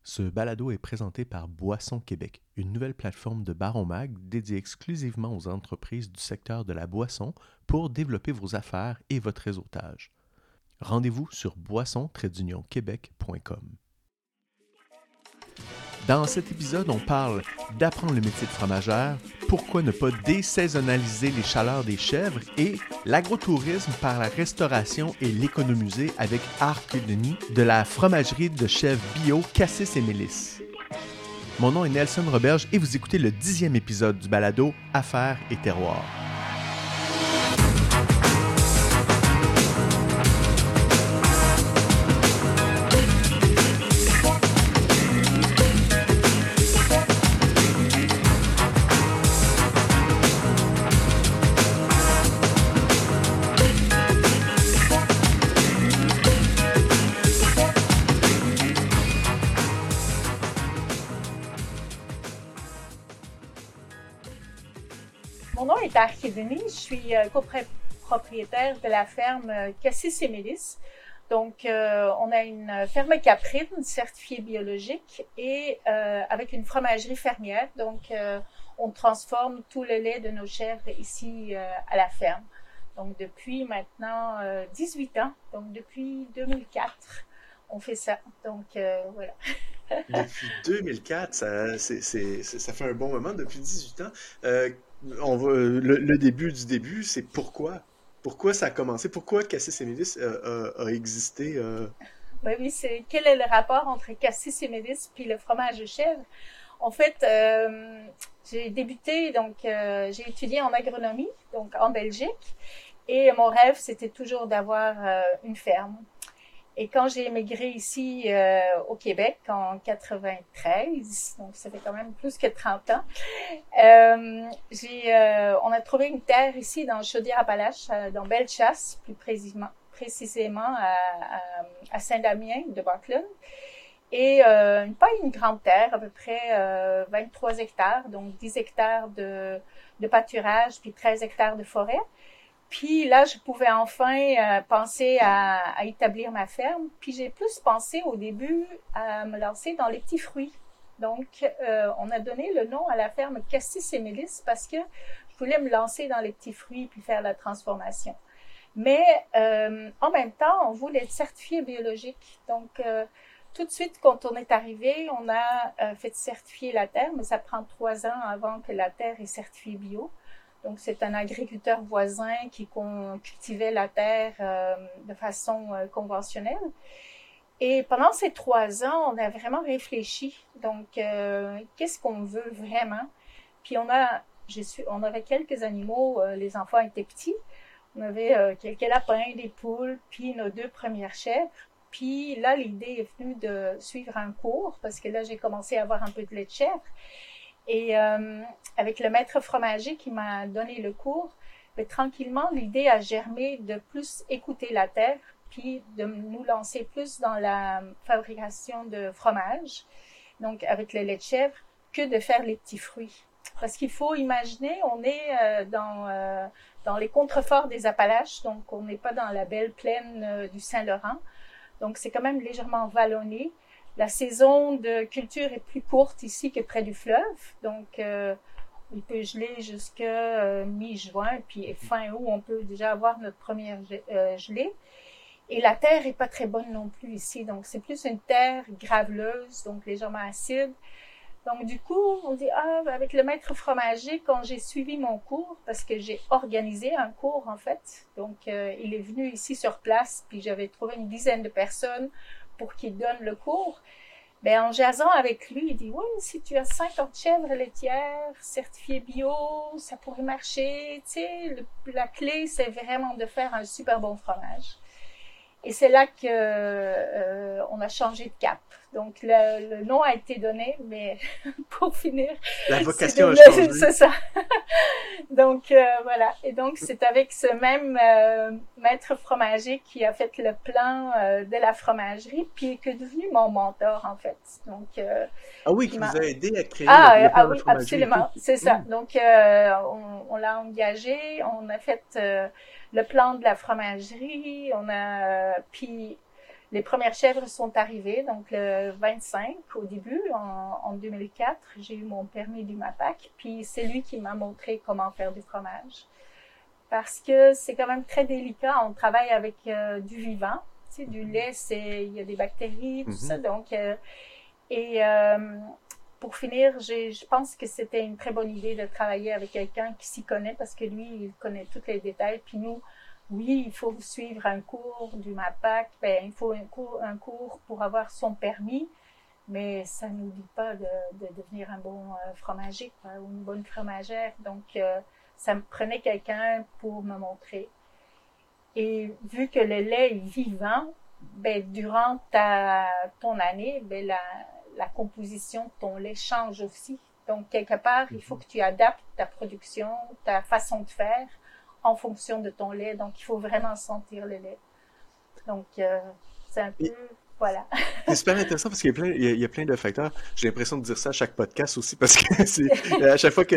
Ce balado est présenté par Boisson Québec, une nouvelle plateforme de Baron Mag dédiée exclusivement aux entreprises du secteur de la boisson pour développer vos affaires et votre réseautage. Rendez-vous sur boisson-québec.com. Dans cet épisode, on parle d'apprendre le métier de fromagère, pourquoi ne pas désaisonnaliser les chaleurs des chèvres et l'agrotourisme par la restauration et l'économusée avec Arc Denis de la fromagerie de chèvres bio Cassis et Mélis. Mon nom est Nelson Roberge et vous écoutez le 10e épisode du balado Affaires et terroirs. Mon nom est Arc Denis, je suis copropriétaire de la ferme Cassis et Mélis. Donc, on a une ferme caprine certifiée biologique et avec une fromagerie fermière. Donc, on transforme tout le lait de nos chèvres ici à la ferme. Donc, depuis maintenant 18 ans, donc depuis 2004, on fait ça. Donc, voilà. Depuis 2004, ça fait un bon moment, depuis 18 ans. Le début du début, c'est pourquoi? Pourquoi ça a commencé? Pourquoi Cassis et Mélis a existé? Oui, c'est quel est le rapport entre Cassis et Mélis puis le fromage de chèvre? En fait, j'ai débuté, donc j'ai étudié en agronomie, donc en Belgique, et mon rêve, c'était toujours d'avoir une ferme. Et quand j'ai émigré ici au Québec en 93, donc ça fait quand même plus que 30 ans, on a trouvé une terre ici dans Chaudière-Appalaches, dans Bellechasse, plus précisément à Saint-Damien de Buckland. Et pas une grande terre, à peu près 23 hectares, donc 10 hectares de pâturage, puis 13 hectares de forêt. Puis là, je pouvais enfin penser à établir ma ferme. Puis j'ai plus pensé au début à me lancer dans les petits fruits. Donc, on a donné le nom à la ferme Cassis et Mélis parce que je voulais me lancer dans les petits fruits puis faire la transformation. Mais en même temps, on voulait être certifié biologique. Donc, tout de suite, quand on est arrivé, on a fait certifier la terre, mais ça prend 3 ans avant que la terre est certifiée bio. Donc, c'est un agriculteur voisin qui cultivait la terre de façon conventionnelle. Et pendant ces 3 ans, on a vraiment réfléchi. Donc, qu'est-ce qu'on veut vraiment? Puis, on avait quelques animaux, les enfants étaient petits. On avait quelques lapins, des poules, puis nos 2 premières chèvres. Puis là, l'idée est venue de suivre un cours, parce que là, j'ai commencé à avoir un peu de lait de chèvre. Et avec le maître fromager qui m'a donné le cours, tranquillement, l'idée a germé de plus écouter la terre, puis de nous lancer plus dans la fabrication de fromage, donc avec le lait de chèvre, que de faire les petits fruits. Parce qu'il faut imaginer, on est dans les contreforts des Appalaches, donc on n'est pas dans la belle plaine du Saint-Laurent. Donc c'est quand même légèrement vallonné. La saison de culture est plus courte ici que près du fleuve, donc il peut geler jusqu'à mi-juin, puis fin août, on peut déjà avoir notre première gelée. Et la terre est pas très bonne non plus ici, donc c'est plus une terre graveleuse, donc légèrement acide. Donc du coup, on dit, avec le maître fromager, quand j'ai suivi mon cours, parce que j'ai organisé un cours en fait, donc il est venu ici sur place, puis j'avais trouvé une dizaine de personnes pour qu'il donne le cours. Ben, en jasant avec lui, il dit, oui, si tu as 50 chèvres laitières certifiées bio, ça pourrait marcher. Tu sais, la clé, c'est vraiment de faire un super bon fromage. Et c'est là que on a changé de cap. Donc, le nom a été donné, mais pour finir, La vocation a changé. C'est ça. Donc, voilà. Et donc, c'est avec ce même maître fromager qui a fait le plan de la fromagerie, puis qui est devenu mon mentor, en fait. Donc, ah oui, qui vous a aidé à créer le plan de oui, fromagerie. absolument. C'est ça. Donc, on l'a engagé, on a fait le plan de la fromagerie, puis Les premières chèvres sont arrivées, donc le 25 au début, en 2004, j'ai eu mon permis du MAPAC, puis c'est lui qui m'a montré comment faire du fromage. Parce que c'est quand même très délicat, on travaille avec du vivant, tu sais, du lait, il y a des bactéries, tout ça, donc, pour finir, je pense que c'était une très bonne idée de travailler avec quelqu'un qui s'y connaît, parce que lui, il connaît tous les détails, puis nous, oui, il faut suivre un cours du MAPAC, il faut un cours pour avoir son permis, mais ça ne nous dit pas de devenir un bon fromager, quoi, ou une bonne fromagère. Donc, ça me prenait quelqu'un pour me montrer. Et vu que le lait est vivant, durant ton année, la composition de ton lait change aussi. Donc, quelque part, il faut que tu adaptes ta production, ta façon de faire, en fonction de ton lait. Donc, il faut vraiment sentir le lait. Donc, c'est un peu... Voilà. C'est super intéressant parce qu'il y a plein de facteurs. J'ai l'impression de dire ça à chaque podcast aussi parce que à chaque fois que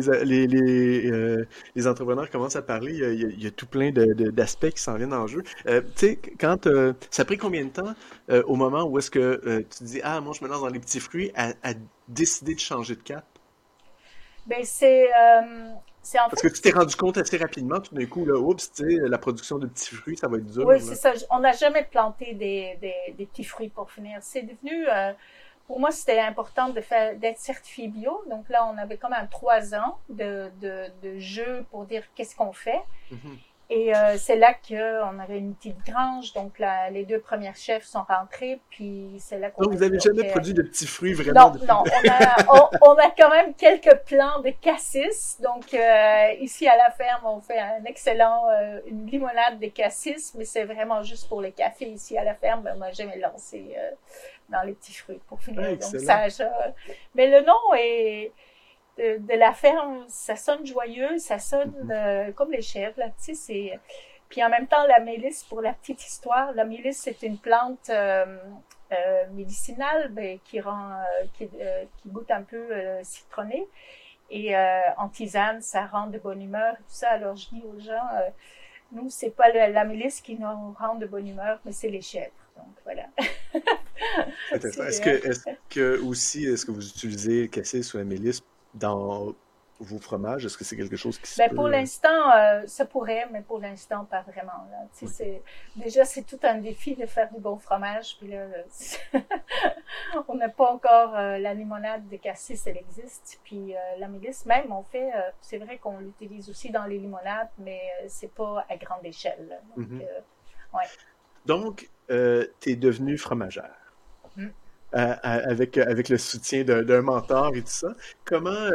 les entrepreneurs commencent à parler, il y a tout plein d'aspects qui s'en viennent en jeu. Tu sais, ça a pris combien de temps au moment où est-ce que tu te dis, ah, moi, je me lance dans les petits fruits à décider de changer de cap? C'est en Parce fait... que tu t'es rendu compte assez rapidement, tout d'un coup, là, oups, tu sais, la production de petits fruits, ça va être dur. Oui, là. c'est ça. On n'a jamais planté des petits fruits pour finir. C'est devenu... pour moi, c'était important d'être certifié bio. Donc là, on avait comme 3 ans de jeu pour dire qu'est-ce qu'on fait. Et c'est là qu'on avait une petite grange. Donc là, les 2 premières chefs sont rentrées. Puis c'est là qu'on Donc, a vous n'avez dit, jamais OK, produit de petits fruits vraiment non, depuis... non, on a quand même quelques plants de cassis. Donc ici à la ferme, on fait une limonade de cassis, mais c'est vraiment juste pour le café ici à la ferme. On n'a jamais lancé dans les petits fruits pour finir. Ah, Donc excellent. mais le nom est de la ferme, ça sonne joyeux, ça sonne comme les chèvres là, tu sais, puis en même temps la mélisse, pour la petite histoire, la mélisse c'est une plante médicinale qui goûte un peu citronné, et en tisane ça rend de bonne humeur, tout ça. Alors je dis aux gens, nous c'est pas la mélisse qui nous rend de bonne humeur, mais c'est les chèvres. Donc voilà. Intéressant. Est-ce que vous utilisez le cassis ou la mélisse dans vos fromages? Est-ce que c'est quelque chose qui se Pour peut... l'instant, ça pourrait, mais pour l'instant, pas vraiment. Là. Ok. Déjà, c'est tout un défi de faire du bon fromage. Puis là, on n'a pas encore la limonade de cassis, elle existe. Puis la mélisse, même, c'est vrai qu'on l'utilise aussi dans les limonades, mais c'est pas à grande échelle. Là. Donc, ouais. Donc, t'es devenue fromagère. Mm. Avec le soutien d'un mentor et tout ça. Comment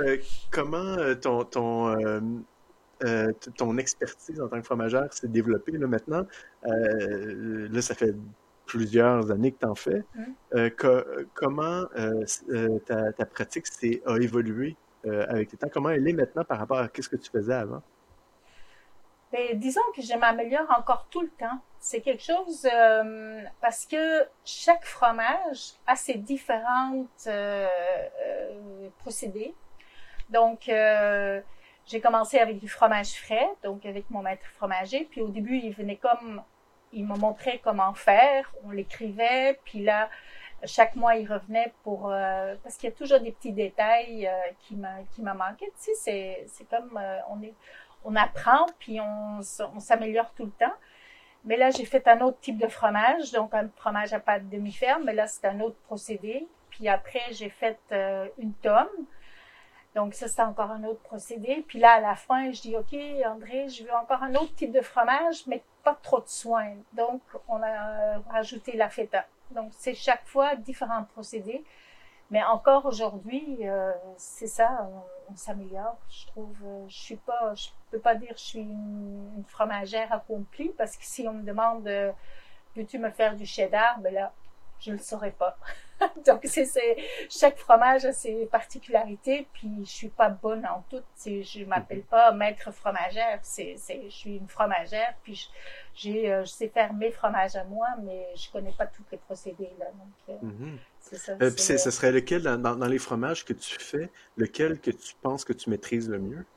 ton expertise en tant que fromagère s'est développée là, maintenant? Là, ça fait plusieurs années que tu en fais. Comment ta pratique a évolué avec le temps? Comment elle est maintenant par rapport à ce que tu faisais avant? Disons que je m'améliore encore tout le temps. C'est quelque chose parce que chaque fromage a ses différentes procédés. Donc, j'ai commencé avec du fromage frais, donc avec mon maître fromager. Puis au début, il me montrait comment faire. On l'écrivait, puis là, chaque mois, il revenait parce qu'il y a toujours des petits détails qui m'a manqué. Tu sais, c'est comme on apprend, puis on s'améliore tout le temps. Mais là, j'ai fait un autre type de fromage, donc un fromage à pâte demi-ferme, mais là, c'est un autre procédé. Puis après, j'ai fait une tome. Donc ça, c'est encore un autre procédé. Puis là, à la fin, je dis, OK, André, je veux encore un autre type de fromage, mais pas trop de soin. Donc, on a rajouté la feta. Donc, c'est chaque fois différents procédés. Mais encore aujourd'hui, c'est ça, on s'améliore. Je trouve, je peux pas dire que je suis une fromagère accomplie, parce que si on me demande, veux-tu me faire du cheddar, là, je le saurais pas. Donc, chaque fromage a ses particularités, puis je suis pas bonne en tout. Je m'appelle pas maître fromagère, je suis une fromagère, puis je sais faire mes fromages à moi, mais je connais pas tous les procédés, là. Donc, c'est ça. Puis ce serait lequel, dans les fromages que tu fais, lequel que tu penses que tu maîtrises le mieux?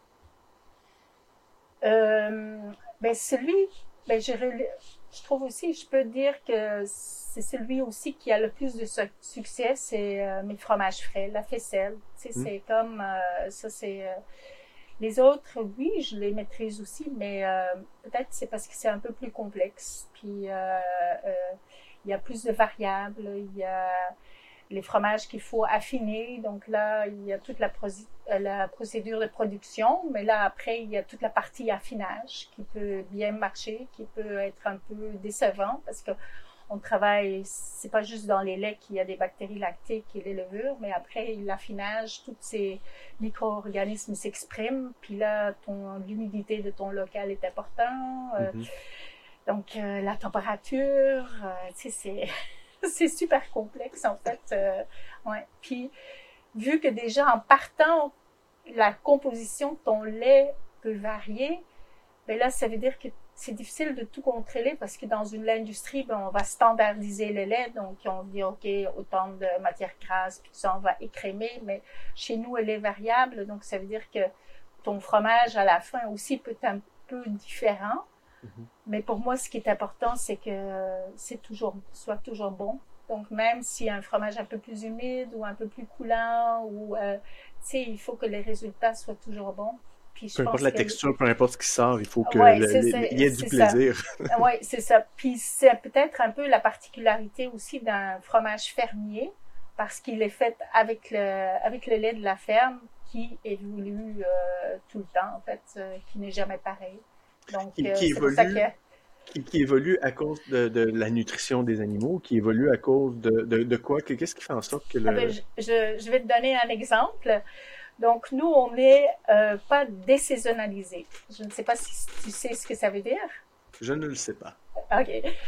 je trouve aussi, je peux dire que c'est celui aussi qui a le plus de succès, c'est mes fromages frais, la faisselle. Tu sais, c'est comme ça, c'est les autres, oui, je les maîtrise aussi, mais peut-être c'est parce que c'est un peu plus complexe. Puis il y a plus de variables, il y a les fromages qu'il faut affiner. Donc là, il y a toute la procédure de production, mais là, après, il y a toute la partie affinage qui peut bien marcher, qui peut être un peu décevant parce que on travaille, c'est pas juste dans les laits qu'il y a des bactéries lactiques et les levures, mais après, l'affinage, tous ces micro-organismes s'expriment, puis là, l'humidité de ton local est important, donc la température, tu sais, c'est super complexe, en fait. Ouais. Puis, vu que déjà, en partant, la composition de ton lait peut varier, ben là, ça veut dire que c'est difficile de tout contrôler parce que dans une industrie, ben, on va standardiser le lait. Donc, on dit, OK, autant de matière grasse, puis ça, on va écrémer. Mais chez nous, elle est variable. Donc, ça veut dire que ton fromage, à la fin, aussi peut être un peu différent. Mais pour moi, ce qui est important, c'est que soit toujours bon. Donc, même s'il y a un fromage un peu plus humide ou un peu plus coulant, ou, tu sais, il faut que les résultats soient toujours bons. Puis, peu importe la texture, peu importe ce qui sort, il faut qu'il y ait du plaisir. Oui, c'est ça. Puis, c'est peut-être un peu la particularité aussi d'un fromage fermier, parce qu'il est fait avec le lait de la ferme qui évolue tout le temps, en fait, qui n'est jamais pareil. Donc, c'est pour ça que... Qui évolue à cause de la nutrition des animaux, qui évolue à cause de quoi? Qu'est-ce qui fait en sorte que je vais te donner un exemple. Donc, nous, on n'est pas désaisonnalisé. Je ne sais pas si tu sais ce que ça veut dire. Je ne le sais pas. OK.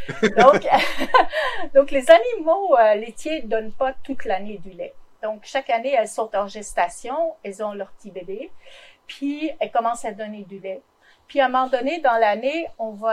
Donc les animaux laitiers ne donnent pas toute l'année du lait. Donc, chaque année, elles sont en gestation, elles ont leur petit bébé, puis elles commencent à donner du lait. Puis à un moment donné, dans l'année, on va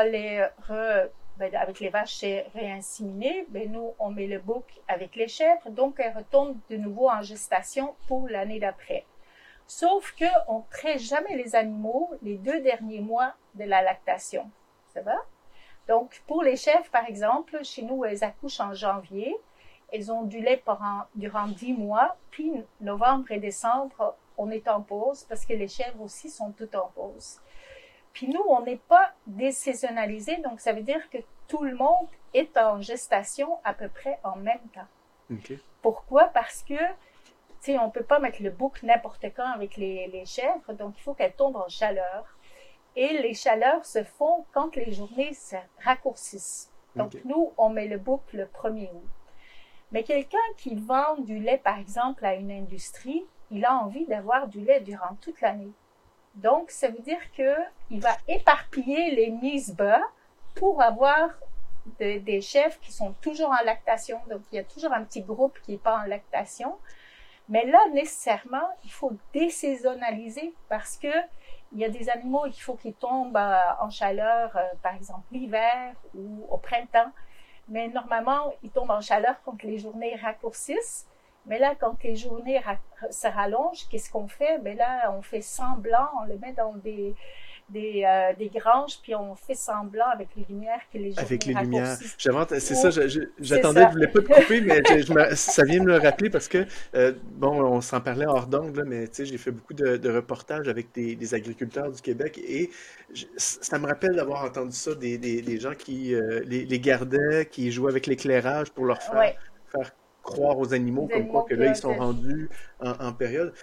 avec les vaches, c'est réinséminé. Ben, nous, on met le bouc avec les chèvres, donc elles retournent de nouveau en gestation pour l'année d'après. Sauf qu'on ne traite jamais les animaux les 2 derniers mois de la lactation. Ça va? Donc, pour les chèvres, par exemple, chez nous, elles accouchent en janvier. Elles ont du lait durant 10 mois. Puis, novembre et décembre, on est en pause parce que les chèvres aussi sont toutes en pause. Puis nous, on n'est pas désaisonnalisé, donc ça veut dire que tout le monde est en gestation à peu près en même temps. Okay. Pourquoi? Parce que, tu sais, on peut pas mettre le bouc n'importe quand avec les chèvres, donc il faut qu'elles tombent en chaleur. Et les chaleurs se font quand les journées se raccourcissent. Donc nous, on met le bouc le 1er août. Mais quelqu'un qui vend du lait, par exemple, à une industrie, il a envie d'avoir du lait durant toute l'année. Donc, ça veut dire qu'il va éparpiller les mises bas pour avoir des chèvres qui sont toujours en lactation. Donc, il y a toujours un petit groupe qui n'est pas en lactation. Mais là, nécessairement, il faut désaisonnaliser parce que il y a des animaux qu'il faut qu'ils tombent en chaleur, par exemple l'hiver ou au printemps. Mais normalement, ils tombent en chaleur quand les journées raccourcissent. Mais là, quand les journées se rallongent, qu'est-ce qu'on fait? Ben là, on fait semblant, on le met dans des granges, puis on fait semblant avec les lumières que les journées avec les lumières. raccourcissent. C'est ça, j'attendais, je voulais pas te couper, mais ça vient me le rappeler parce que, bon, on s'en parlait hors d'angle, mais tu sais, j'ai fait beaucoup de reportages avec des agriculteurs du Québec et ça me rappelle d'avoir entendu ça des gens qui les gardaient, qui jouaient avec l'éclairage pour leur faire croire aux animaux comme quoi que là, ils sont rendus en période.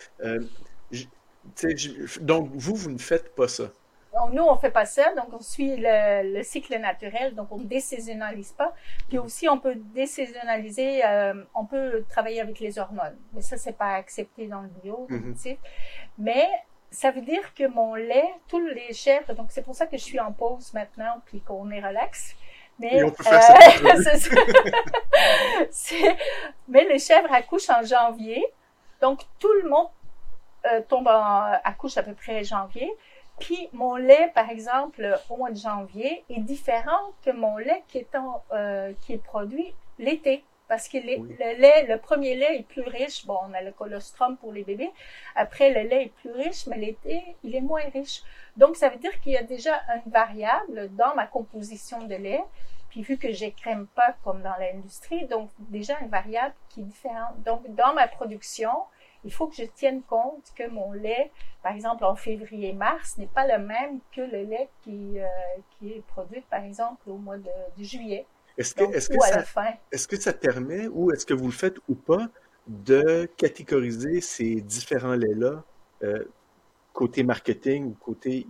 Donc, vous ne faites pas ça. Donc, nous, on ne fait pas ça. Donc, on suit le cycle naturel. Donc, on ne désaisonnalise pas. Puis aussi, on peut désaisonnaliser, on peut travailler avec les hormones. Mais ça, c'est pas accepté dans le bio. Mais ça veut dire que mon lait, tous les chèvres, donc c'est pour ça que je suis en pause maintenant, puis qu'on est relax. Mais, on peut faire ça. Mais les chèvres accouchent en janvier. Donc, tout le monde accouche à peu près janvier. Puis, mon lait, par exemple, au mois de janvier, est différent que mon lait qui est produit l'été. Parce que le premier lait est plus riche. Bon, on a le colostrum pour les bébés. Après, le lait est plus riche, mais l'été, il est moins riche. Donc, ça veut dire qu'il y a déjà une variable dans ma composition de lait Puis vu que j'écrème pas comme dans l'industrie, donc déjà une variable qui est différente. Donc dans ma production, il faut que je tienne compte que mon lait, par exemple en février-mars, n'est pas le même que le lait qui est produit, par exemple, au mois de juillet. Donc, ou à la fin. Est-ce que ça permet, ou est-ce que vous le faites ou pas, de catégoriser ces différents laits-là, côté marketing ou côté,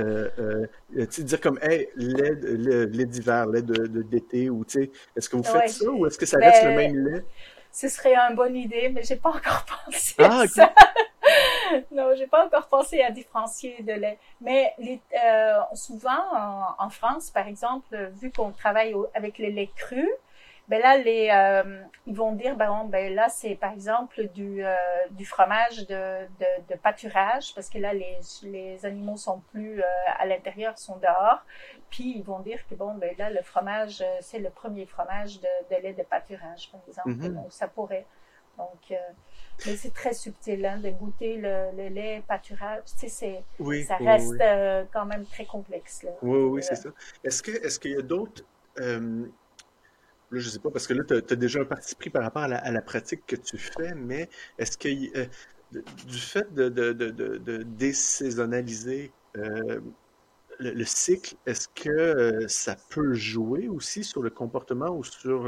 tu sais, dire comme, hey, lait d'hiver, lait d'été, ou tu sais, est-ce que vous faites Ouais, ça ou est-ce que ça reste le même lait? ce serait une bonne idée, mais j'ai pas encore pensé à Ah, ok. ça. Non, j'ai pas encore pensé à différencier de lait. Mais souvent, en France, par exemple, vu qu'on travaille avec le lait cru, ben là, ils vont dire, ben là, c'est par exemple du fromage de pâturage, parce que là, les animaux sont plus à l'intérieur, sont dehors. Puis ils vont dire que bon, ben là, le fromage, c'est le premier fromage de lait de pâturage, par exemple. Mhm. Donc ça pourrait. Donc, mais c'est très subtil hein, de goûter le lait pâturage. Tu sais, Oui, ça oui, reste oui. quand même très complexe. Là. Oui, oui, c'est ça. Est-ce qu'il y a d'autres, là, je sais pas, parce que là, tu as déjà un parti pris par rapport à la pratique que tu fais, mais est-ce que du fait de désaisonnaliser le cycle, est-ce que ça peut jouer aussi sur le comportement ou sur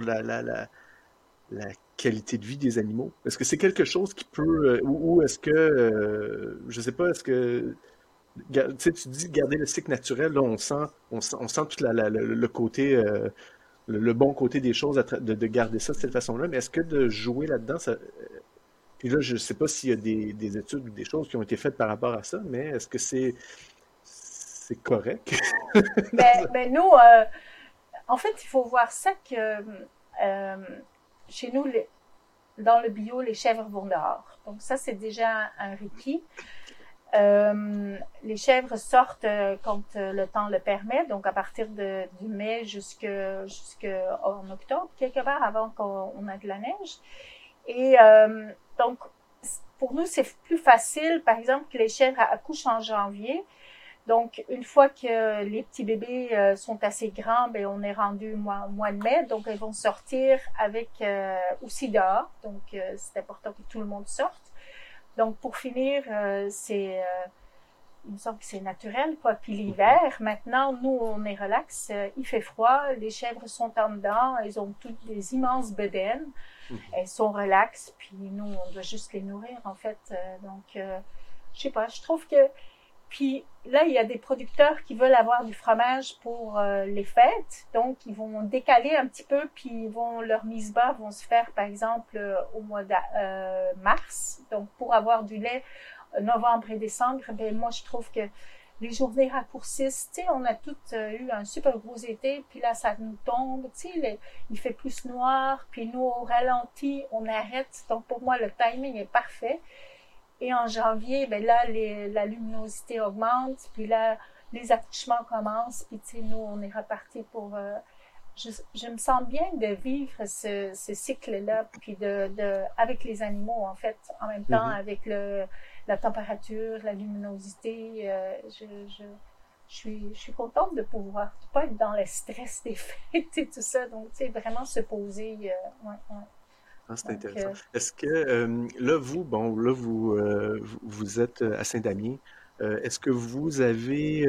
la qualité de vie des animaux? Est-ce que c'est quelque chose qui peut, ou est-ce que, je sais pas, est-ce que, tu sais, tu dis garder le cycle naturel, là, on sent tout le côté, le bon côté des choses, de garder ça de cette façon-là, mais est-ce que de jouer là-dedans, puis là, je sais pas s'il y a des études ou des choses qui ont été faites par rapport à ça, mais est-ce que c'est correct? Ben nous, en fait, il faut voir ça que chez nous, dans le bio, les chèvres vont dehors. Donc ça, c'est déjà un requis. Les chèvres sortent quand le temps le permet, donc à partir du mai jusqu'en octobre, quelque part, avant qu'on ait de la neige. Et donc, pour nous, c'est plus facile, par exemple, que les chèvres accouchent en janvier. Donc, une fois que les petits bébés sont assez grands, ben on est rendu mois de mai, donc elles vont sortir avec aussi dehors. Donc, c'est important que tout le monde sorte. Donc, pour finir, il me semble que c'est naturel, quoi. Puis l'hiver, maintenant, nous, on est relax, il fait froid, les chèvres sont en dedans, elles ont toutes des immenses bedaines, elles sont relaxes, puis nous, on doit juste les nourrir, en fait. Donc, je sais pas, je trouve que... Puis là, il y a des producteurs qui veulent avoir du fromage pour les fêtes, donc ils vont décaler un petit peu, puis leur mise bas vont se faire, par exemple, au mois de mars. Donc, pour avoir du lait novembre et décembre, ben moi, je trouve que les journées raccourcissent. Tu sais, on a toutes eu un super gros été, puis là, ça nous tombe. Tu sais, il fait plus noir, puis nous, au ralenti, on arrête. Donc, pour moi, le timing est parfait. Et en janvier, ben là, la luminosité augmente, puis là, les accouchements commencent, puis tu sais, nous, on est reparti pour... je me sens bien de vivre ce cycle-là, puis avec les animaux, en fait, en même temps, Mhm. avec la température, la luminosité. Je suis contente de pouvoir pas être dans le stress des fêtes et tout ça, donc, tu sais, vraiment se poser. Ouais, ouais. Ah, c'est Donc, intéressant. Est-ce que là, vous êtes à Saint-Damien. Est-ce que vous avez,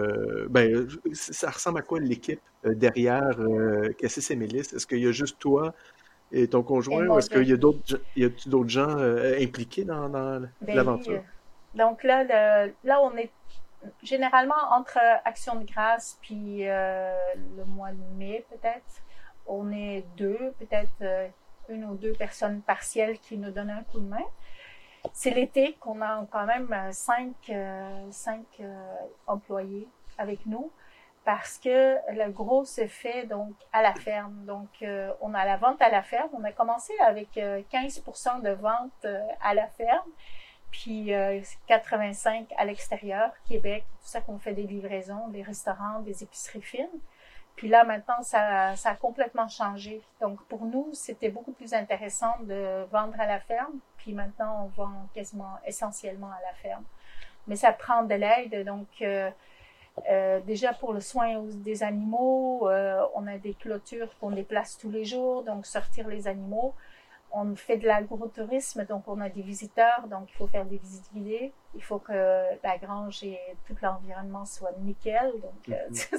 ça ressemble à quoi l'équipe derrière Cassis et Mélis? Est-ce qu'il y a juste toi et ton et conjoint ou moi, est-ce qu'il y a d'autres gens impliqués dans ben oui. l'aventure? Donc là, là, on est généralement entre Action de grâce puis le mois de mai peut-être. On est deux, peut-être une ou deux personnes partielles qui nous donnent un coup de main. C'est l'été qu'on a quand même cinq employés avec nous parce que le gros se fait donc à la ferme. Donc, on a la vente à la ferme. On a commencé avec 15% de vente à la ferme, puis 85 à l'extérieur, Québec, tout ça qu'on fait des livraisons, des restaurants, des épiceries fines. Puis là, maintenant, ça a complètement changé. Donc, pour nous, c'était beaucoup plus intéressant de vendre à la ferme. Puis maintenant, on vend quasiment essentiellement à la ferme. Mais ça prend de l'aide. Donc, Déjà pour le soin des animaux, on a des clôtures qu'on déplace tous les jours, donc sortir les animaux. On fait de l'agrotourisme, donc on a des visiteurs, donc il faut faire des visites guidées. Il faut que la grange et tout l'environnement soient nickel. Donc,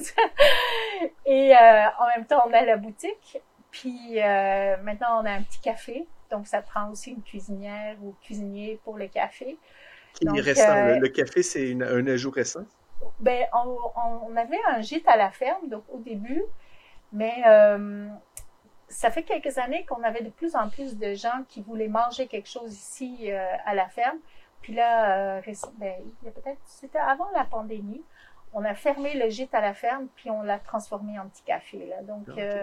et en même temps, on a la boutique. Puis maintenant, on a un petit café. Donc, ça prend aussi une cuisinière ou cuisinier pour le café. Qui est Donc, récent. Le café, c'est un ajout récent? Ben, on avait un gîte à la ferme, donc au début, mais ça fait quelques années qu'on avait de plus en plus de gens qui voulaient manger quelque chose ici à la ferme. Puis là, ben, il y a peut-être, c'était avant la pandémie, on a fermé le gîte à la ferme, puis on l'a transformé en petit café. Là. Donc,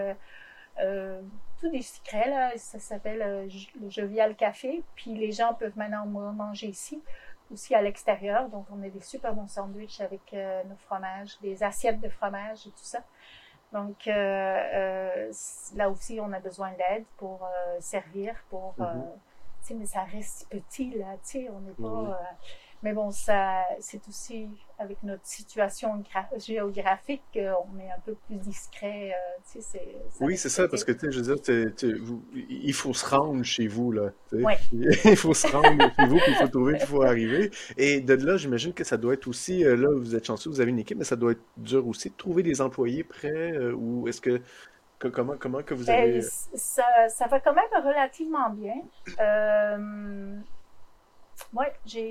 tout discret, là, ça s'appelle le Jovial Café. Puis les gens peuvent maintenant manger ici, aussi à l'extérieur. Donc, on a des super bons sandwichs avec nos fromages, des assiettes de fromage et tout ça. Donc, là aussi, on a besoin d'aide pour servir, pour... tu sais, mais ça reste petit, là, tu sais, on n'est pas... mais bon, ça, c'est aussi avec notre situation géographique qu'on est un peu plus discret, tu sais, oui, c'est ça, parce que, tu sais, je veux dire, il faut se rendre chez vous, là, tu sais. Ouais. Il faut se rendre chez vous, puis il faut trouver, puis il faut arriver. Et de là, j'imagine que ça doit être aussi, là, vous êtes chanceux, vous avez une équipe, mais ça doit être dur aussi de trouver des employés prêts, ou est-ce que, comment que vous avez... Ça va quand même relativement bien. Ouais,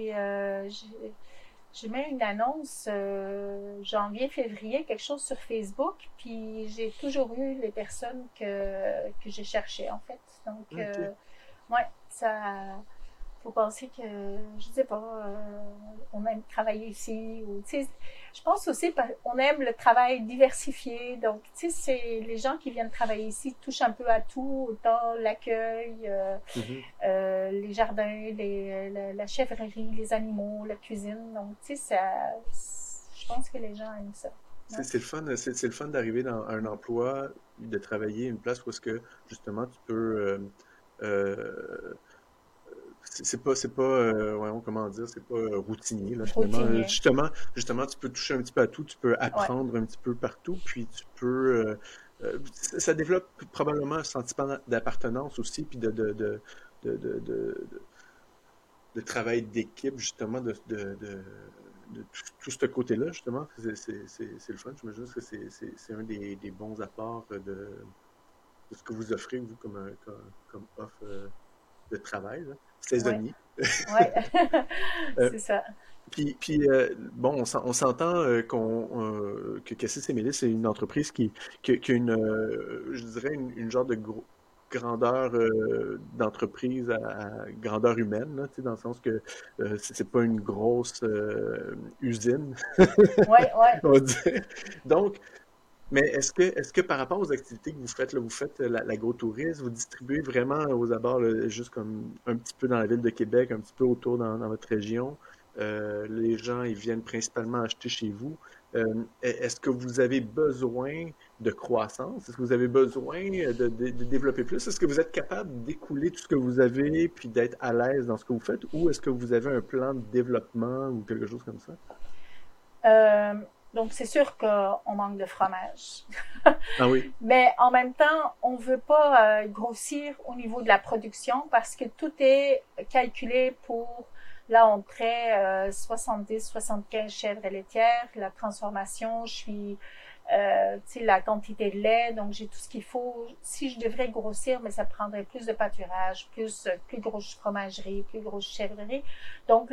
j'ai mis une annonce janvier-février, quelque chose sur Facebook, puis j'ai toujours eu les personnes que j'ai cherchées, en fait. Donc, ouais, ça... faut penser que, je sais pas, on aime travailler ici, ou, tu sais, je pense aussi qu'on aime le travail diversifié, donc, tu sais, c'est les gens qui viennent travailler ici touchent un peu à tout, autant l'accueil, les jardins, la chèvrerie, les animaux, la cuisine, donc, tu sais, je pense que les gens aiment ça. C'est le fun, c'est le fun d'arriver dans un emploi, de travailler à une place où est-ce que, justement, tu peux... c'est pas, voyons, comment dire, c'est pas routinier, là, finalement. Routinier. Justement, tu peux toucher un petit peu à tout, tu peux apprendre un petit peu partout, puis tu peux, ça développe probablement un sentiment d'appartenance aussi, puis de, de, de, de travail d'équipe, justement, de tout ce côté-là, justement. C'est le fun, j'imagine que c'est un des bons apports de ce que vous offrez, vous, comme offre de travail, là. Saisonnier. Ouais, c'est ça. Puis bon, on s'entend que Cassis et Mélis, c'est une entreprise qui a je dirais, une genre de grandeur d'entreprise à grandeur humaine, là, tu sais, dans le sens que c'est pas une grosse usine, Ouais. on va dire. Donc, mais est-ce que par rapport aux activités que vous faites, là, vous faites l'agrotourisme, vous distribuez vraiment aux abords, là, juste comme un petit peu dans la ville de Québec, un petit peu autour dans votre région, les gens, ils viennent principalement acheter chez vous. Est-ce que vous avez besoin de croissance? Est-ce que vous avez besoin de développer plus? Est-ce que vous êtes capable d'écouler tout ce que vous avez puis d'être à l'aise dans ce que vous faites? Ou est-ce que vous avez un plan de développement ou quelque chose comme ça? Donc, c'est sûr qu'on manque de fromage. Ah oui. Mais en même temps, on veut pas grossir au niveau de la production parce que tout est calculé pour, là, on traite 70-75 chèvres laitières, la transformation, tu sais, la quantité de lait, donc j'ai tout ce qu'il faut. Si je devrais grossir, mais ça prendrait plus de pâturage, plus grosse fromagerie, plus grosse chèvrerie. Donc,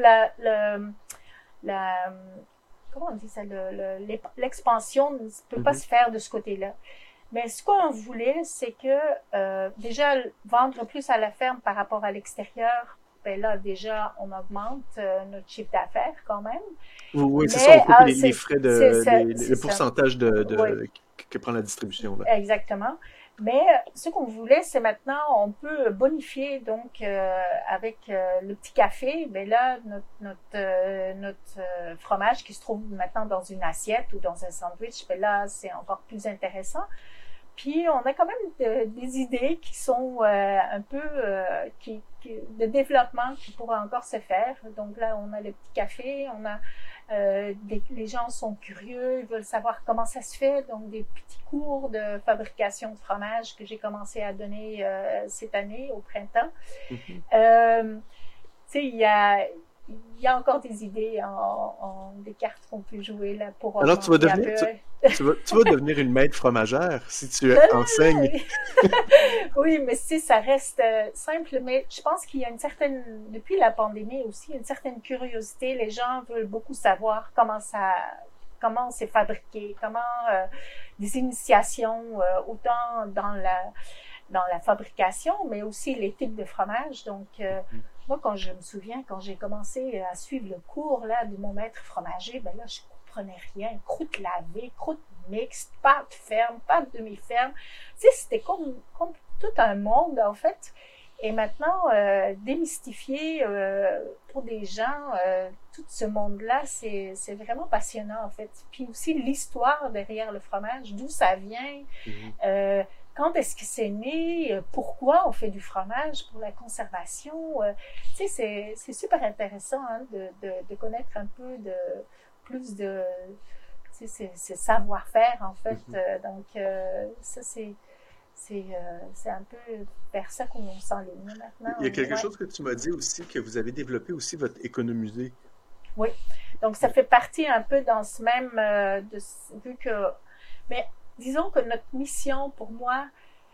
comment on dit ça, l'expansion ne peut pas se faire de ce côté-là. Mais ce qu'on voulait, c'est que déjà vendre plus à la ferme par rapport à l'extérieur, ben là déjà on augmente notre chiffre d'affaires quand même. Oui, c'est Mais, ça, on coupe les frais le pourcentage ouais, que prend la distribution, là. exactement. Mais ce qu'on voulait, c'est maintenant, on peut bonifier, donc avec le petit café, ben là, notre fromage qui se trouve maintenant dans une assiette ou dans un sandwich, ben là, c'est encore plus intéressant Puis on a quand même des idées qui sont un peu de développement qui pourraient encore se faire. Donc là, on a le petit café, on a les gens sont curieux, ils veulent savoir comment ça se fait. Donc des petits cours de fabrication de fromage que j'ai commencé à donner cette année au printemps. Tu sais, il y a encore des idées des cartes qu'on peut jouer là pour Alors, tu vas augmenter un devenir, peu. tu vas devenir une maître fromagère si tu Non, enseignes. oui, mais si ça reste simple, mais je pense qu'il y a depuis la pandémie aussi, une certaine curiosité. Les gens veulent beaucoup savoir comment c'est fabriqué, des initiations, autant dans la fabrication, mais aussi les types de fromage. Donc, moi, quand je me souviens, quand j'ai commencé à suivre le cours là de mon maître fromager, ben là, je comprenais rien. Croûte lavée, croûte mixte, pâte ferme, pâte demi-ferme. Tu sais, c'était comme tout un monde, en fait. Et maintenant, démystifier pour des gens tout ce monde-là, c'est vraiment passionnant, en fait. Puis aussi l'histoire derrière le fromage, d'où ça vient, quand est-ce que c'est né, pourquoi on fait du fromage pour la conservation. Tu sais, c'est super intéressant hein, de connaître un peu plus de ce savoir-faire, en fait. Donc, ça, c'est un peu vers ça qu'on s'enligne maintenant. Il y a quelque chose que tu m'as dit aussi, que vous avez développé aussi votre économusée. Oui, donc ça fait partie un peu dans ce même, vu que, mais disons que notre mission pour moi,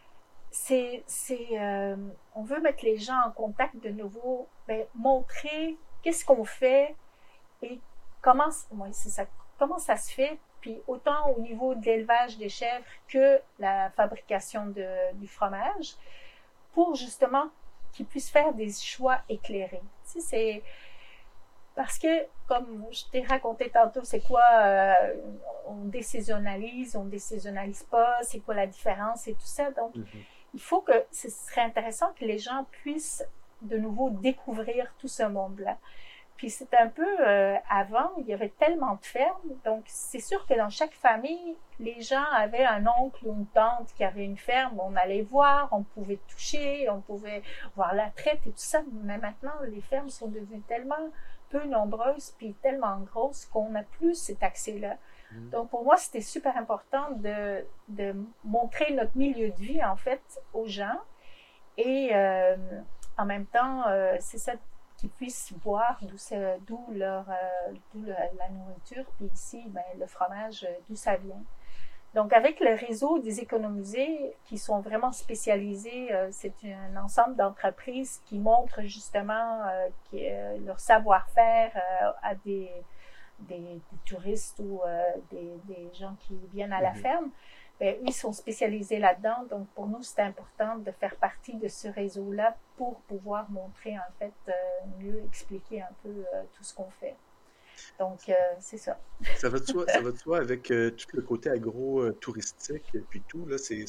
on veut mettre les gens en contact de nouveau, montrer qu'est-ce qu'on fait et comment ça se fait, puis autant au niveau de l'élevage des chèvres que la fabrication du fromage, pour justement qu'ils puissent faire des choix éclairés. Tu sais, c'est parce que, comme je t'ai raconté tantôt, c'est quoi, on désaisonnalise pas, c'est quoi la différence et tout ça. Donc, il faut que, ce serait intéressant que les gens puissent de nouveau découvrir tout ce monde-là. Puis c'est un peu, avant, il y avait tellement de fermes, donc c'est sûr que dans chaque famille, les gens avaient un oncle ou une tante qui avait une ferme, on allait voir, on pouvait toucher, on pouvait voir la traite et tout ça, mais maintenant, les fermes sont devenues tellement peu nombreuses puis tellement grosses qu'on n'a plus cet accès-là. Donc pour moi, c'était super important de montrer notre milieu de vie, en fait, aux gens et en même temps, c'est ça, qu'ils puissent voir d'où la nourriture, puis ici, le fromage, d'où ça vient. Donc, avec le réseau des économusées qui sont vraiment spécialisés, c'est un ensemble d'entreprises qui montrent justement leur savoir-faire à des touristes ou des gens qui viennent à la ferme. Ils sont spécialisés là-dedans. Donc, pour nous, c'est important de faire partie de ce réseau-là pour pouvoir montrer, en fait, mieux expliquer un peu tout ce qu'on fait. Donc, c'est ça. Ça va de soi avec tout le côté agro-touristique et puis tout, là, c'est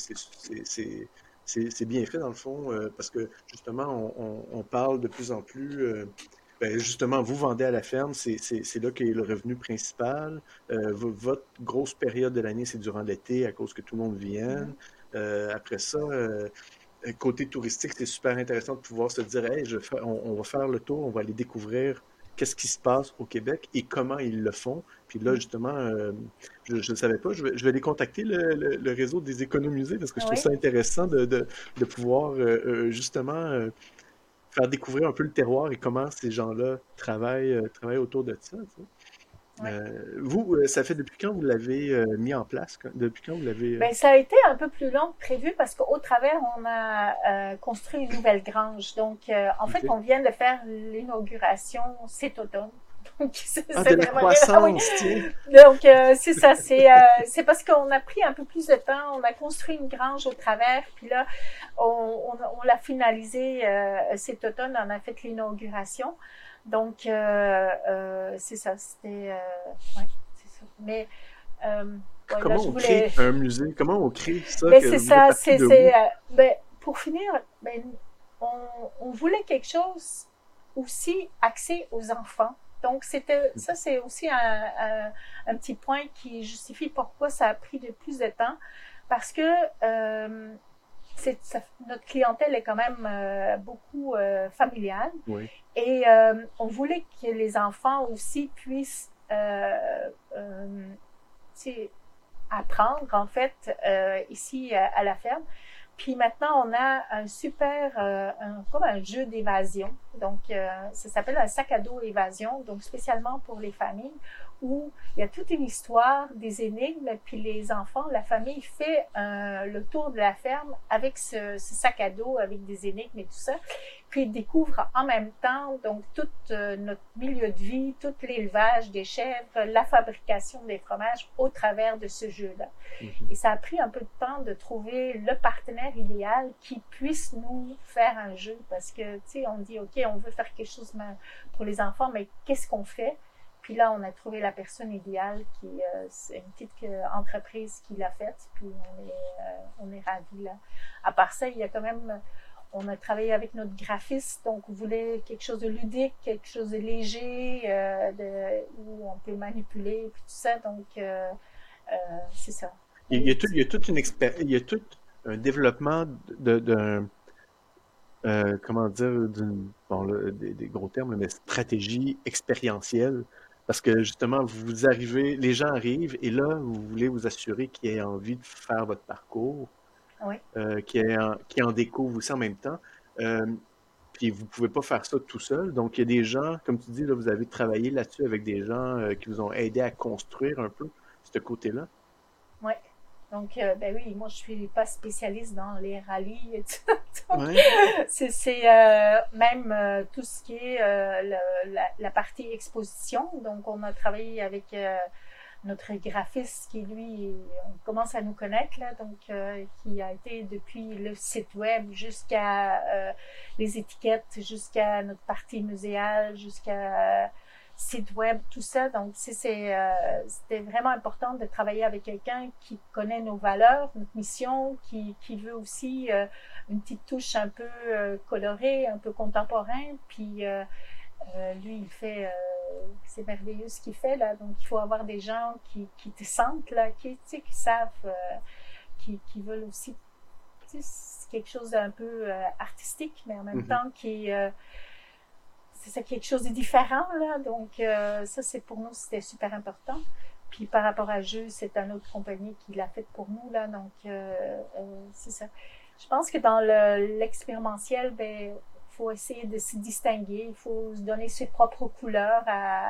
bien fait dans le fond, parce que justement, on parle de plus en plus, justement, vous vendez à la ferme, c'est là qu'est le revenu principal. Votre grosse période de l'année, c'est durant l'été à cause que tout le monde vienne. Après ça, côté touristique, c'est super intéressant de pouvoir se dire, hey, on va faire le tour, on va aller découvrir qu'est-ce qui se passe au Québec et comment ils le font. Puis là, justement, je ne savais pas, je vais les contacter, le réseau des économusées, parce que je trouve ça intéressant de pouvoir justement faire découvrir un peu le terroir et comment ces gens-là travaillent autour de ça. Tu sais. Vous, ça fait depuis quand vous l'avez mis en place? Depuis quand vous l'avez... Ça a été un peu plus long que prévu parce qu'au travers, on a construit une nouvelle grange. Donc, en fait, on vient de faire l'inauguration cet automne. Donc, de la croissance, tiens! Donc, c'est ça. C'est parce qu'on a pris un peu plus de temps. On a construit une grange au travers. Puis là, on l'a finalisé cet automne. On a fait l'inauguration. Donc, c'est ça. C'était... c'est ça. Mais... comment on crée un musée? Comment on crée ça? C'est ça. Pour finir, on voulait quelque chose aussi axé aux enfants. Donc, ça, c'est aussi un petit point qui justifie pourquoi ça a pris de plus de temps. parce que notre clientèle est quand même beaucoup familiale Oui. et on voulait que les enfants aussi puissent apprendre en fait ici à la ferme. Puis maintenant, on a un super, comme un jeu d'évasion. Donc, ça s'appelle un sac à dos évasion, donc spécialement pour les familles, où il y a toute une histoire, des énigmes, puis les enfants, la famille fait le tour de la ferme avec ce sac à dos, avec des énigmes et tout ça. Puis ils découvrent en même temps donc tout notre milieu de vie, tout l'élevage des chèvres, la fabrication des fromages au travers de ce jeu-là. Et ça a pris un peu de temps de trouver le partenaire idéal qui puisse nous faire un jeu parce que, tu sais, on dit, OK, on veut faire quelque chose pour les enfants, mais qu'est-ce qu'on fait? Puis là, on a trouvé la personne idéale c'est une petite entreprise qui l'a faite, puis on est ravis là. À part ça, il y a quand même, on a travaillé avec notre graphiste, donc on voulait quelque chose de ludique, quelque chose de léger, où on peut manipuler, puis tout ça, donc c'est ça. Il y a toute il y a tout un développement d'un, comment dire, bon, là, des gros termes, mais stratégie expérientielle. Parce que justement, vous arrivez, les gens arrivent et là, vous voulez vous assurer qu'ils aient envie de faire votre parcours, Oui. qu'ils en découvrent aussi en même temps. Euh, Puis vous pouvez pas faire ça tout seul. Donc, il y a des gens, comme tu dis, là, vous avez travaillé là-dessus avec des gens qui vous ont aidé à construire un peu ce côté-là. Ouais. Donc, ben oui, moi, je suis pas spécialiste dans les rallyes et tout. Donc, Ouais. c'est même tout ce qui est la partie exposition. Donc, on a travaillé avec notre graphiste qui, lui, on commence à nous connaître, là, donc, qui a été depuis le site web jusqu'à les étiquettes, jusqu'à notre partie muséale, jusqu'à site web, tout ça. Donc, c'était vraiment important de travailler avec quelqu'un qui connaît nos valeurs, notre mission, qui veut aussi une petite touche un peu colorée, un peu contemporain. Puis lui, c'est merveilleux ce qu'il fait là. Donc, il faut avoir des gens qui te sentent là, tu sais, qui savent, qui veulent aussi, tu sais, quelque chose d'un peu artistique, mais en même Mhm. temps c'est ça, quelque chose de différent là. Donc ça, c'est pour nous, c'était super important. Puis par rapport à jeu, c'est une autre compagnie qui l'a fait pour nous là. Donc c'est ça. Je pense que dans l'expérimentiel, ben faut essayer de se distinguer, il faut se donner ses propres couleurs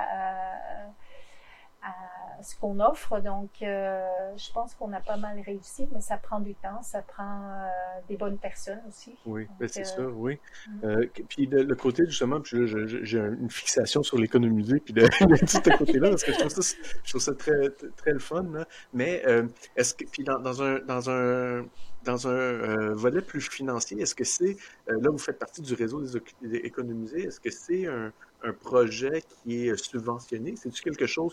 à ce qu'on offre. Donc, je pense qu'on a pas mal réussi, mais ça prend du temps, ça prend des bonnes personnes aussi. Oui, ben Donc, c'est ça, oui. mm. Puis le côté, justement, puis là, j'ai une fixation sur l'économisé, puis de tout ce côté-là, parce que je trouve ça très, très le fun, là. Mais est-ce que, puis dans un volet plus financier, est-ce que c'est, là, vous faites partie du réseau des économisés, est-ce que c'est un projet qui est subventionné? C'est-tu quelque chose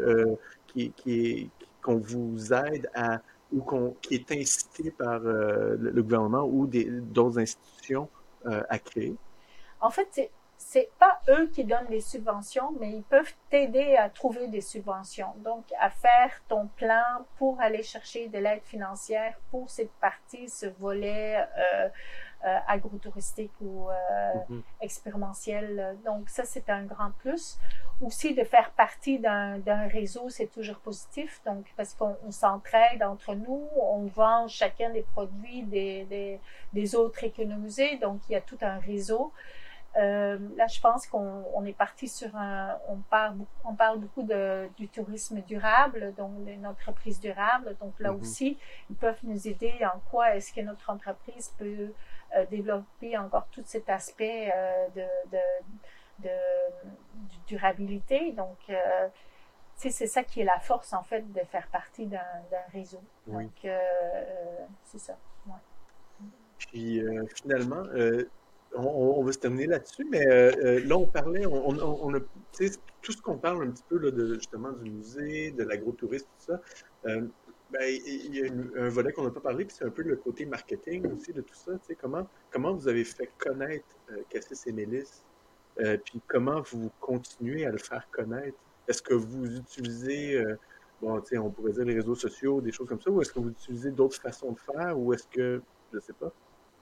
qu'on vous aide à ou qui est incité par le gouvernement ou d'autres institutions à créer. En fait, c'est pas eux qui donnent les subventions, mais ils peuvent t'aider à trouver des subventions. Donc, à faire ton plan pour aller chercher de l'aide financière pour cette partie, ce volet agrotouristique ou Mhm. expérimentiel. Donc, ça, c'est un grand plus. Aussi, de faire partie d'un réseau, c'est toujours positif. Donc, parce qu'on s'entraide entre nous, on vend chacun des produits des autres économisés. Donc, il y a tout un réseau. Là, je pense qu'on est parti sur on parle beaucoup du tourisme durable, donc d'une entreprise durable. Donc là Mhm. aussi, ils peuvent nous aider en quoi est-ce que notre entreprise peut développer encore tout cet aspect de durabilité. Donc, c'est ça qui est la force, en fait, de faire partie d'un réseau. Oui. Donc, c'est ça. Ouais. Puis finalement, on va se terminer là-dessus, mais là, on parlait, on a, tu sais, tout ce qu'on parle un petit peu là, justement du musée, de l'agrotourisme, tout ça, ben, il y a un volet qu'on n'a pas parlé, puis c'est un peu le côté marketing aussi de tout ça. Tu sais, comment vous avez fait connaître Cassis et Mélis, puis comment vous continuez à le faire connaître? Est-ce que vous utilisez bon, tu sais, on pourrait dire les réseaux sociaux, des choses comme ça, ou est-ce que vous utilisez d'autres façons de faire, ou est-ce que, je sais pas.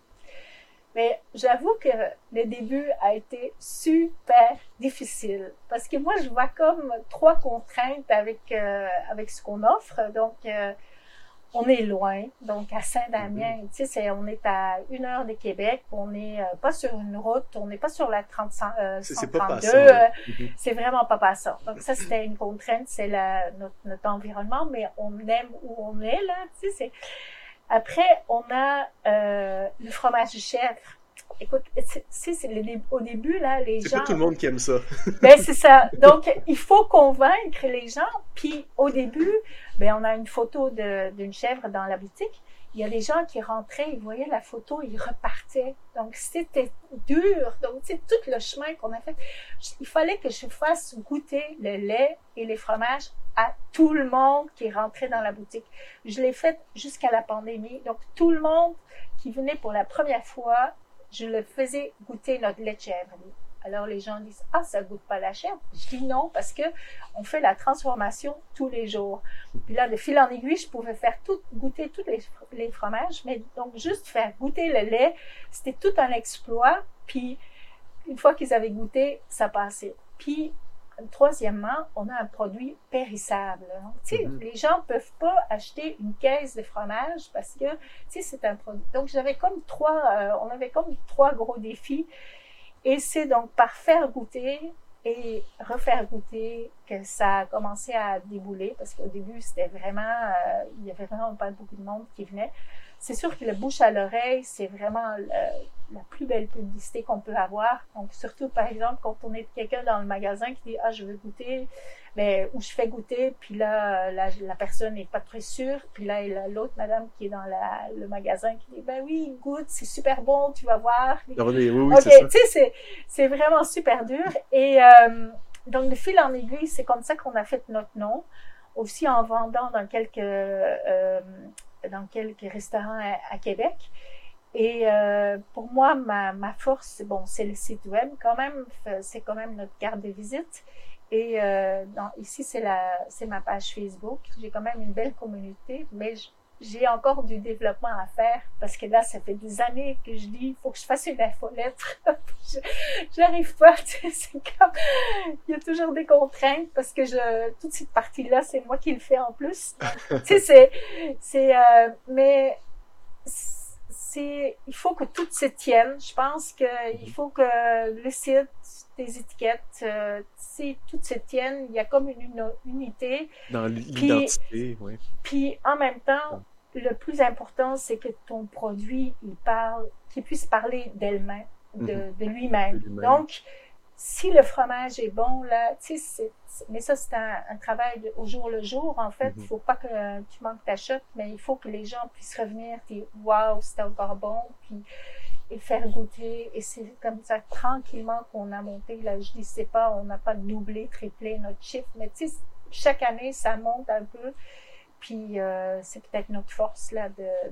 Mais j'avoue que le début a été super difficile parce que moi, je vois comme trois contraintes avec ce qu'on offre. Donc, on est loin, donc à Mhm. Saint-Damien, tu sais, on est à 1 heure de Québec, on n'est pas sur une route, on n'est pas sur la 30, C'est pas 132, passant, là. Mhm. c'est vraiment pas passant. Donc ça, c'était une contrainte, c'est notre environnement, mais on aime où on est, là, tu sais, après, on a le fromage de chèvre. Écoute, au début, là, les C'est pas tout gens... le monde qui aime ça. Ben, c'est ça. Donc, il faut convaincre les gens. Puis, au début, ben, on a une photo d'une chèvre dans la boutique. Il y a des gens qui rentraient, ils voyaient la photo, ils repartaient. Donc, c'était dur. Donc, c'est tout le chemin qu'on a fait. Il fallait que je fasse goûter le lait et les fromages à tout le monde qui rentrait dans la boutique. Je l'ai fait jusqu'à la pandémie. Donc, tout le monde qui venait pour la première fois, je le faisais goûter notre lait de chèvre. Alors les gens disent ah ça goûte pas la chèvre. Je dis non parce que on fait la transformation tous les jours. Puis là de fil en aiguille je pouvais faire goûter tous les fromages, mais donc juste faire goûter le lait c'était tout un exploit. Puis une fois qu'ils avaient goûté ça passait. Puis troisièmement, on a un produit périssable. Tu sais, Mhm. les gens peuvent pas acheter une caisse de fromage parce que, tu sais, c'est un produit. Donc, on avait comme trois gros défis. Et c'est donc par faire goûter et refaire goûter que ça a commencé à débouler parce qu'au début, c'était vraiment, il y avait vraiment pas beaucoup de monde qui venait. C'est sûr que le bouche à l'oreille, c'est vraiment la plus belle publicité qu'on peut avoir. Donc, surtout, par exemple, quand on est quelqu'un dans le magasin qui dit, ah, je veux goûter, mais où je fais goûter, puis là, la personne n'est pas très sûre, puis là, il y a l'autre madame qui est dans le magasin qui dit, ben oui, goûte, c'est super bon, tu vas voir. Oui, oui, OK, c'est ça. tu sais, c'est vraiment super dur. Et donc, de fil en aiguille, c'est comme ça qu'on a fait notre nom. Aussi en vendant dans quelques restaurants à Québec. Et pour moi, ma force, bon, c'est le site web quand même. C'est quand même notre carte de visite. Et ici, c'est ma page Facebook. J'ai quand même une belle communauté, mais j'ai encore du développement à faire parce que là, ça fait des années que je dis, il faut que je fasse une infolettre. J'arrive pas, tu sais, c'est comme, il y a toujours des contraintes parce que toute cette partie-là, c'est moi qui le fais en plus. Donc, tu sais, mais il faut que tout se tienne. Je pense qu'il Mhm. faut que le site, les étiquettes, tout se tienne. Il y a comme une unité. Dans Puis, l'identité, oui. puis en même temps, le plus important, c'est que ton produit, qu'il puisse parler d'elle-même, Mhm. de De lui-même. lui-même. Donc, si le fromage est bon, là, tu sais, mais ça, c'est un travail au jour le jour. En fait, il Mhm. faut pas que tu manques ta shot, mais il faut que les gens puissent revenir, puis waouh, c'était encore bon, puis et faire goûter. Et c'est comme ça, tranquillement, qu'on a monté. Là, je dis, c'est pas, on n'a pas doublé, triplé notre chiffre, mais tu sais, chaque année, ça monte un peu. Puis c'est peut-être notre force là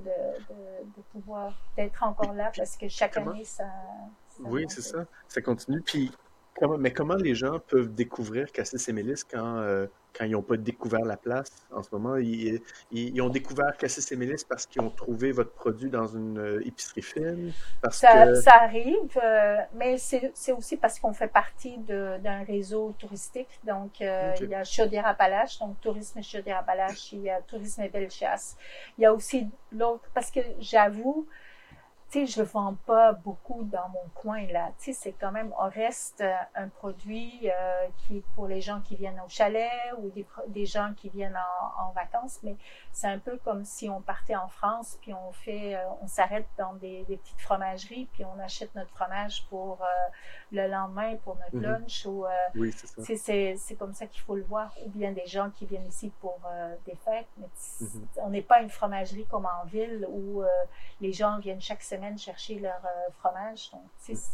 de pouvoir d'être encore là Puis parce que chaque comment? année ça Oui, c'est monte. ça. Ça continue. Puis, comment les gens peuvent découvrir Cassis et Mélis quand ils n'ont pas découvert la place en ce moment? Ils ont découvert Cassis et Mélis parce qu'ils ont trouvé votre produit dans une épicerie fine, parce que... Ça arrive, mais c'est aussi parce qu'on fait partie d'un réseau touristique. Donc, il OK. y a Chaudière-Appalaches, donc Tourisme Chaudière-Appalaches, il y a Tourisme Bellechasse. Il y a aussi l'autre, parce que j'avoue, tu sais, je vends pas beaucoup dans mon coin là. Tu sais, c'est quand même, on reste un produit qui est pour les gens qui viennent au chalet ou des gens qui viennent en vacances, mais c'est un peu comme si on partait en France puis on s'arrête dans des petites fromageries puis on achète notre fromage pour le lendemain pour notre Mhm. lunch ou Oui, c'est ça. c'est comme ça qu'il faut le voir. Ou bien des gens qui viennent ici pour des fêtes, mais Mhm. on n'est pas une fromagerie comme en ville où les gens viennent chaque semaine chercher leur fromage. Donc,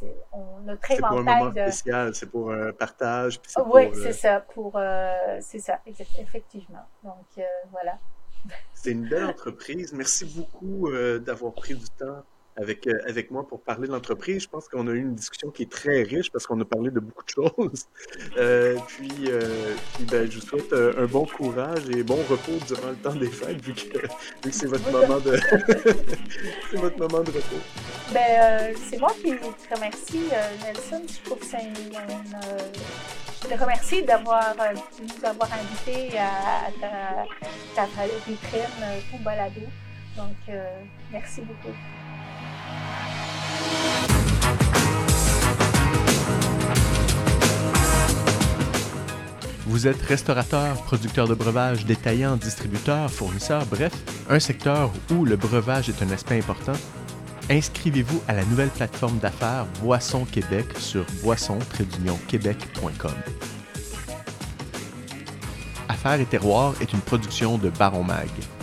notre C'est pour un moment éventail de... spécial, c'est pour un partage, puis c'est Oui, pour... c'est ça, c'est ça, effectivement. Donc, voilà. c'est une belle entreprise. Merci beaucoup d'avoir pris du temps avec moi pour parler de l'entreprise. Je pense qu'on a eu une discussion qui est très riche parce qu'on a parlé de beaucoup de choses. Ben, je vous souhaite un bon courage et bon repos durant le temps des fêtes, vu que c'est votre moment de c'est votre moment de repos. C'est moi qui te remercie, Nelson. Je trouve que je te remercie de nous avoir invités à ta vitrine, ton balado. Donc, merci beaucoup. Vous êtes restaurateur, producteur de breuvages, détaillant, distributeur, fournisseur, bref, un secteur où le breuvage est un aspect important? Inscrivez-vous à la nouvelle plateforme d'affaires Boisson Québec sur boisson-québec.com. Affaires et terroirs est une production de Baron Mag.